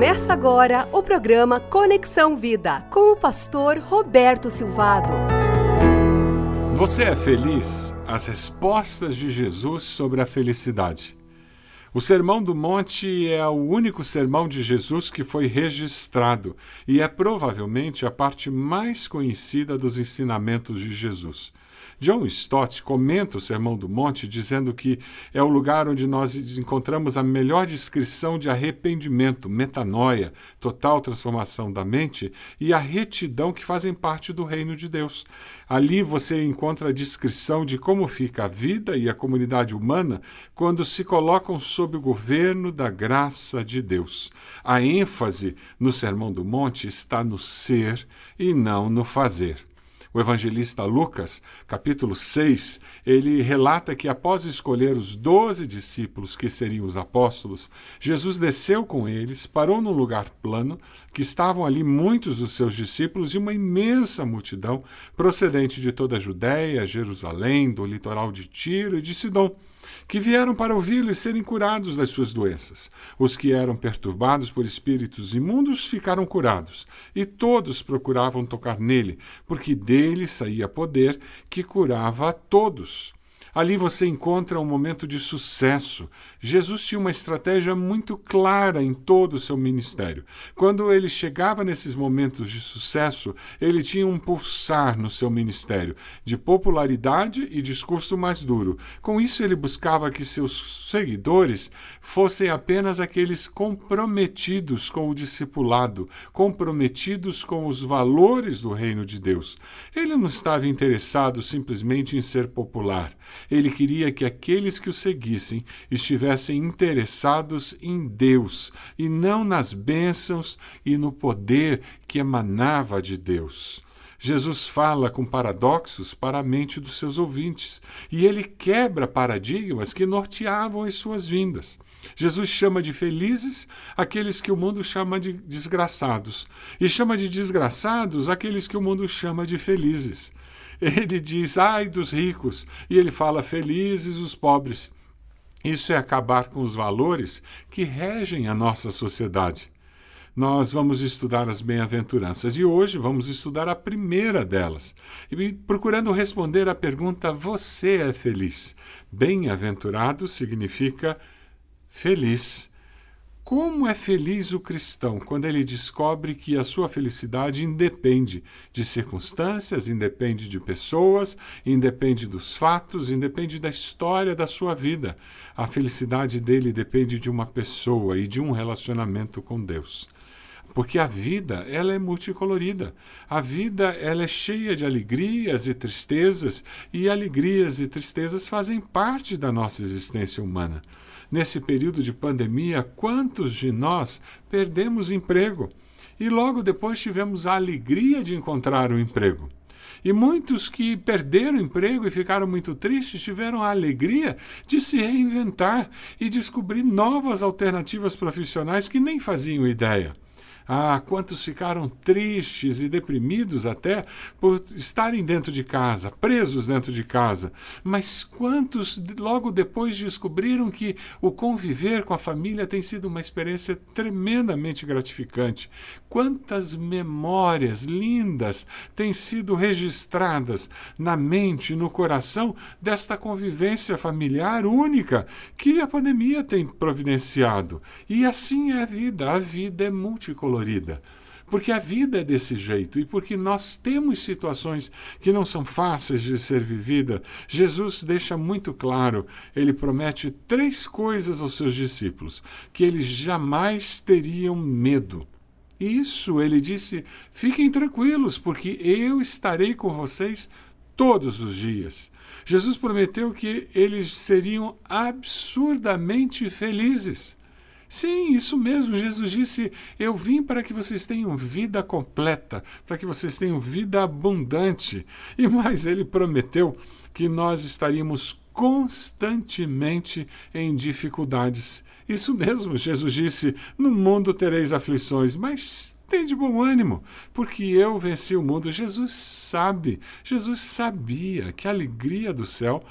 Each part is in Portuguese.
Começa agora o programa Conexão Vida, com o pastor Roberto Silvado. Você é feliz? As respostas de Jesus sobre a felicidade. O Sermão do Monte é o único sermão de Jesus que foi registrado e é provavelmente a parte mais conhecida dos ensinamentos de Jesus. John Stott comenta o Sermão do Monte dizendo que é o lugar onde nós encontramos a melhor descrição de arrependimento, metanoia, total transformação da mente e a retidão que fazem parte do reino de Deus. Ali você encontra a descrição de como fica a vida e a comunidade humana quando se colocam sob o governo da graça de Deus. A ênfase no Sermão do Monte está no ser e não no fazer. O evangelista Lucas, capítulo 6, ele relata que após escolher os 12 discípulos que seriam os apóstolos, Jesus desceu com eles, parou num lugar plano, que estavam ali muitos dos seus discípulos e uma imensa multidão procedente de toda a Judéia, Jerusalém, do litoral de Tiro e de Sidom, que vieram para ouvi-lo e serem curados das suas doenças. Os que eram perturbados por espíritos imundos ficaram curados, e todos procuravam tocar nele, porque dele saía poder que curava a todos. Ali você encontra um momento de sucesso. Jesus tinha uma estratégia muito clara em todo o seu ministério. Quando ele chegava nesses momentos de sucesso, ele tinha um pulsar no seu ministério, de popularidade e discurso mais duro. Com isso, ele buscava que seus seguidores fossem apenas aqueles comprometidos com o discipulado, comprometidos com os valores do reino de Deus. Ele não estava interessado simplesmente em ser popular. Ele queria que aqueles que o seguissem estivessem interessados em Deus e não nas bênçãos e no poder que emanava de Deus. Jesus fala com paradoxos para a mente dos seus ouvintes e ele quebra paradigmas que norteavam as suas vindas. Jesus chama de felizes aqueles que o mundo chama de desgraçados e chama de desgraçados aqueles que o mundo chama de felizes. Ele diz, ai dos ricos, e ele fala, felizes os pobres. Isso é acabar com os valores que regem a nossa sociedade. Nós vamos estudar as bem-aventuranças e hoje vamos estudar a primeira delas, e procurando responder à pergunta, você é feliz? Bem-aventurado significa feliz. Como é feliz o cristão quando ele descobre que a sua felicidade independe de circunstâncias, independe de pessoas, independe dos fatos, independe da história da sua vida. A felicidade dele depende de uma pessoa e de um relacionamento com Deus. Porque a vida, ela é multicolorida. A vida, ela é cheia de alegrias e tristezas, e alegrias e tristezas fazem parte da nossa existência humana. Nesse período de pandemia, quantos de nós perdemos emprego? E logo depois tivemos a alegria de encontrar um emprego. E muitos que perderam o emprego e ficaram muito tristes tiveram a alegria de se reinventar e descobrir novas alternativas profissionais que nem faziam ideia. Ah, quantos ficaram tristes e deprimidos até por estarem dentro de casa, presos dentro de casa. Mas quantos logo depois descobriram que o conviver com a família tem sido uma experiência tremendamente gratificante. Quantas memórias lindas têm sido registradas na mente, no coração desta convivência familiar única que a pandemia tem providenciado. E assim é a vida é multicolorida. Porque a vida é desse jeito e porque nós temos situações que não são fáceis de ser vivida, Jesus deixa muito claro, ele promete 3 coisas aos seus discípulos, que eles jamais teriam medo. Isso, ele disse, fiquem tranquilos, porque eu estarei com vocês todos os dias. Jesus prometeu que eles seriam absurdamente felizes. Sim, isso mesmo, Jesus disse, eu vim para que vocês tenham vida completa, para que vocês tenham vida abundante. E mais, ele prometeu que nós estaríamos constantemente em dificuldades. Isso mesmo, Jesus disse, no mundo tereis aflições, mas tem de bom ânimo, porque eu venci o mundo. Jesus sabia que a alegria do céu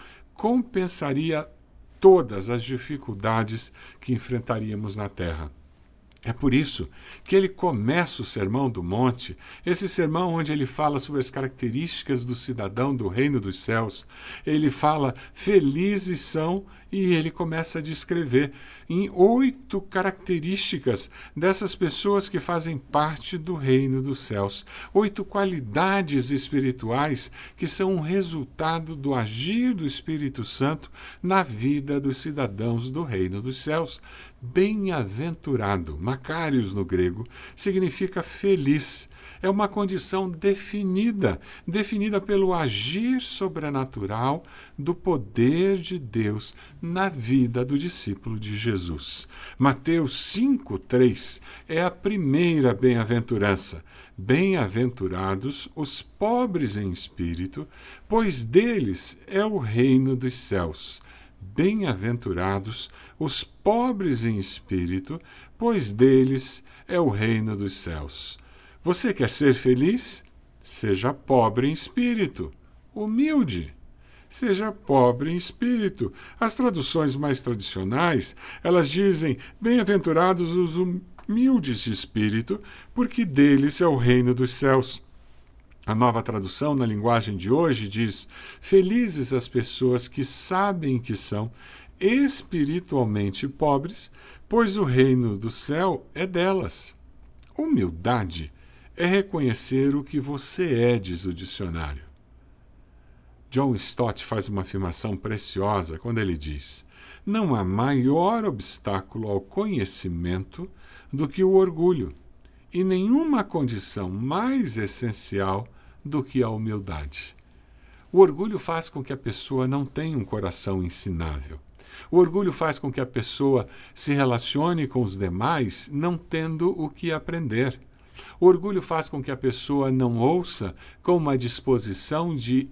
compensaria todas as dificuldades que enfrentaríamos na terra. É por isso que ele começa o Sermão do Monte, esse sermão onde ele fala sobre as características do cidadão do reino dos céus. Ele fala, felizes são, e ele começa a descrever em 8 características dessas pessoas que fazem parte do reino dos céus. 8 qualidades espirituais que são um resultado do agir do Espírito Santo na vida dos cidadãos do reino dos céus. Bem-aventurado, Makarios no grego, significa feliz. É uma condição definida pelo agir sobrenatural do poder de Deus na vida do discípulo de Jesus. Mateus 5:3 é a primeira bem-aventurança. Bem-aventurados os pobres em espírito, pois deles é o reino dos céus. Bem-aventurados os pobres em espírito, pois deles é o reino dos céus. Você quer ser feliz? Seja pobre em espírito, humilde. Seja pobre em espírito. As traduções mais tradicionais, elas dizem, bem-aventurados os humildes de espírito, porque deles é o reino dos céus. A nova tradução, na linguagem de hoje, diz, felizes as pessoas que sabem que são espiritualmente pobres, pois o reino do céu é delas. Humildade é reconhecer o que você é, diz o dicionário. John Stott faz uma afirmação preciosa quando ele diz: não há maior obstáculo ao conhecimento do que o orgulho, e nenhuma condição mais essencial do que a humildade. O orgulho faz com que a pessoa não tenha um coração ensinável. O orgulho faz com que a pessoa se relacione com os demais não tendo o que aprender. O orgulho faz com que a pessoa não ouça com uma disposição de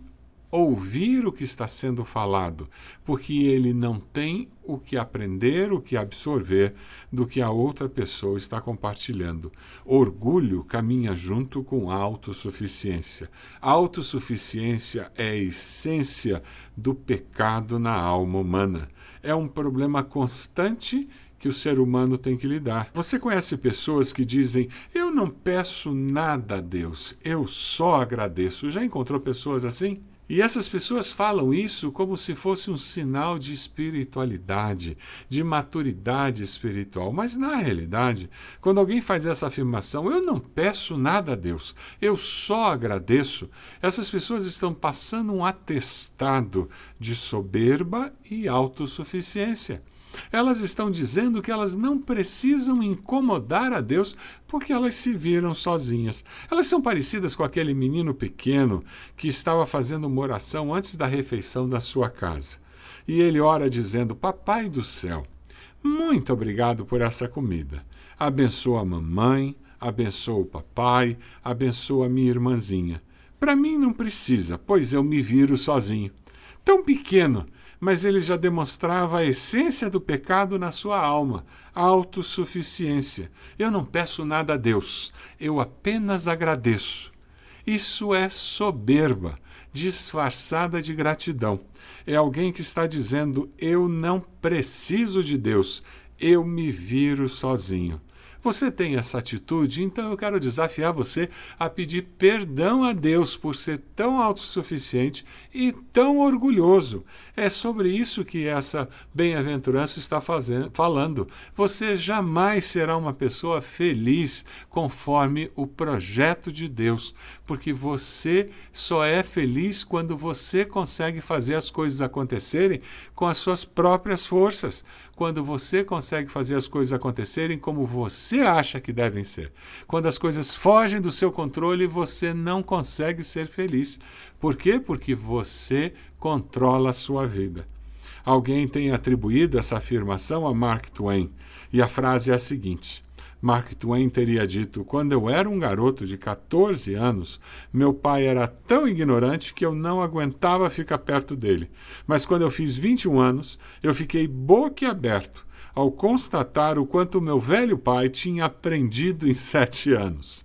ouvir o que está sendo falado, porque ele não tem o que aprender, o que absorver do que a outra pessoa está compartilhando. Orgulho caminha junto com autossuficiência. Autossuficiência é a essência do pecado na alma humana. É um problema constante que o ser humano tem que lidar. Você conhece pessoas que dizem, eu não peço nada a Deus, eu só agradeço. Já encontrou pessoas assim? E essas pessoas falam isso como se fosse um sinal de espiritualidade, de maturidade espiritual. Mas, na realidade, quando alguém faz essa afirmação, eu não peço nada a Deus, eu só agradeço, essas pessoas estão passando um atestado de soberba e autossuficiência. Elas estão dizendo que elas não precisam incomodar a Deus porque elas se viram sozinhas. Elas são parecidas com aquele menino pequeno que estava fazendo uma oração antes da refeição da sua casa. E ele ora dizendo, Papai do céu, muito obrigado por essa comida. Abençoa a mamãe, abençoa o papai, abençoa a minha irmãzinha. Para mim não precisa, pois eu me viro sozinho. Tão pequeno, mas ele já demonstrava a essência do pecado na sua alma, a autossuficiência. Eu não peço nada a Deus, eu apenas agradeço. Isso é soberba, disfarçada de gratidão. É alguém que está dizendo, eu não preciso de Deus, eu me viro sozinho. Você tem essa atitude? Então eu quero desafiar você a pedir perdão a Deus por ser tão autossuficiente e tão orgulhoso. É sobre isso que essa bem-aventurança está falando. Você jamais será uma pessoa feliz conforme o projeto de Deus, porque você só é feliz quando você consegue fazer as coisas acontecerem com as suas próprias forças, quando você consegue fazer as coisas acontecerem como você acha que devem ser. Quando as coisas fogem do seu controle, você não consegue ser feliz. Por quê? Porque você controla a sua vida. Alguém tem atribuído essa afirmação a Mark Twain, e a frase é a seguinte. Mark Twain teria dito, quando eu era um garoto de 14 anos, meu pai era tão ignorante que eu não aguentava ficar perto dele. Mas quando eu fiz 21 anos, eu fiquei boquiaberto ao constatar o quanto meu velho pai tinha aprendido em 7 anos.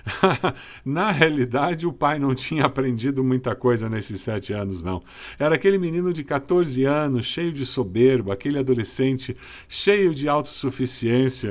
Na realidade, o pai não tinha aprendido muita coisa nesses 7 anos, não. Era aquele menino de 14 anos, cheio de soberba, aquele adolescente cheio de autossuficiência,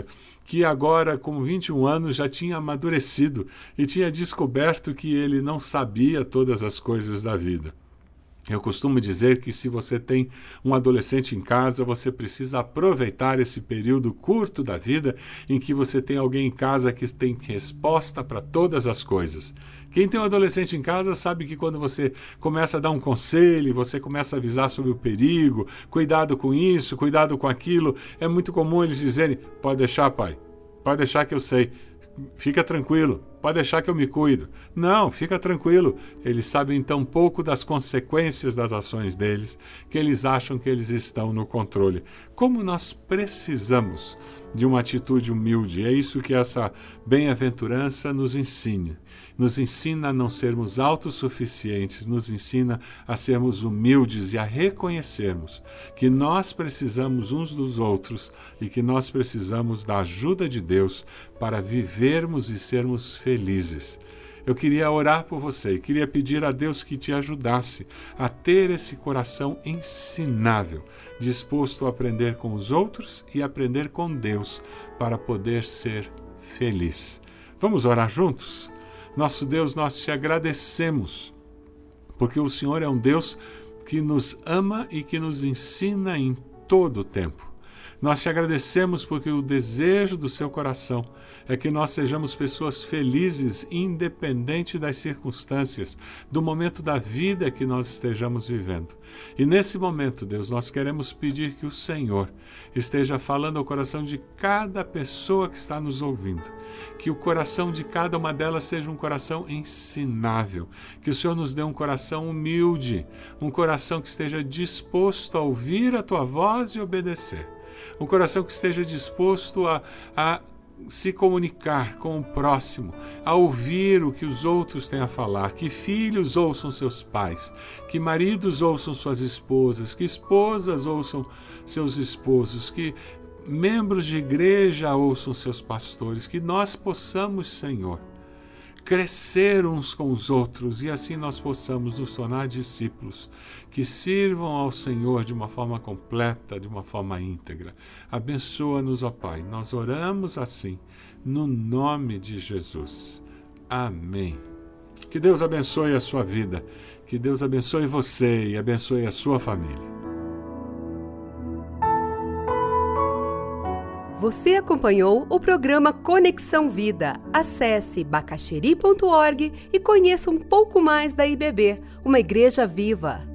que agora, com 21 anos, já tinha amadurecido e tinha descoberto que ele não sabia todas as coisas da vida. Eu costumo dizer que se você tem um adolescente em casa, você precisa aproveitar esse período curto da vida em que você tem alguém em casa que tem resposta para todas as coisas. Quem tem um adolescente em casa sabe que quando você começa a dar um conselho, você começa a avisar sobre o perigo, cuidado com isso, cuidado com aquilo, é muito comum eles dizerem: pode deixar, pai, pode deixar que eu sei. Fica tranquilo, pode deixar que eu me cuido. Não, fica tranquilo. Eles sabem tão pouco das consequências das ações deles que eles acham que eles estão no controle. Como nós precisamos de uma atitude humilde. É isso que essa bem-aventurança nos ensina. Nos ensina a não sermos autossuficientes, nos ensina a sermos humildes e a reconhecermos que nós precisamos uns dos outros e que nós precisamos da ajuda de Deus para vivermos e sermos felizes. Eu queria orar por você e queria pedir a Deus que te ajudasse a ter esse coração ensinável, disposto a aprender com os outros e aprender com Deus para poder ser feliz. Vamos orar juntos? Nosso Deus, nós te agradecemos, porque o Senhor é um Deus que nos ama e que nos ensina em todo o tempo. Nós te agradecemos porque o desejo do seu coração é que nós sejamos pessoas felizes, independente das circunstâncias, do momento da vida que nós estejamos vivendo. E nesse momento, Deus, nós queremos pedir que o Senhor esteja falando ao coração de cada pessoa que está nos ouvindo. Que o coração de cada uma delas seja um coração ensinável. Que o Senhor nos dê um coração humilde, um coração que esteja disposto a ouvir a tua voz e obedecer. Um coração que esteja disposto a se comunicar com o próximo, a ouvir o que os outros têm a falar, que filhos ouçam seus pais, que maridos ouçam suas esposas, que esposas ouçam seus esposos, que membros de igreja ouçam seus pastores, que nós possamos, Senhor, crescer uns com os outros e assim nós possamos nos tornar discípulos que sirvam ao Senhor de uma forma completa, de uma forma íntegra. Abençoa-nos, ó Pai. Nós oramos assim, no nome de Jesus. Amém. Que Deus abençoe a sua vida, que Deus abençoe você e abençoe a sua família. Você acompanhou o programa Conexão Vida. Acesse bacacheri.org e conheça um pouco mais da IBB, uma igreja viva.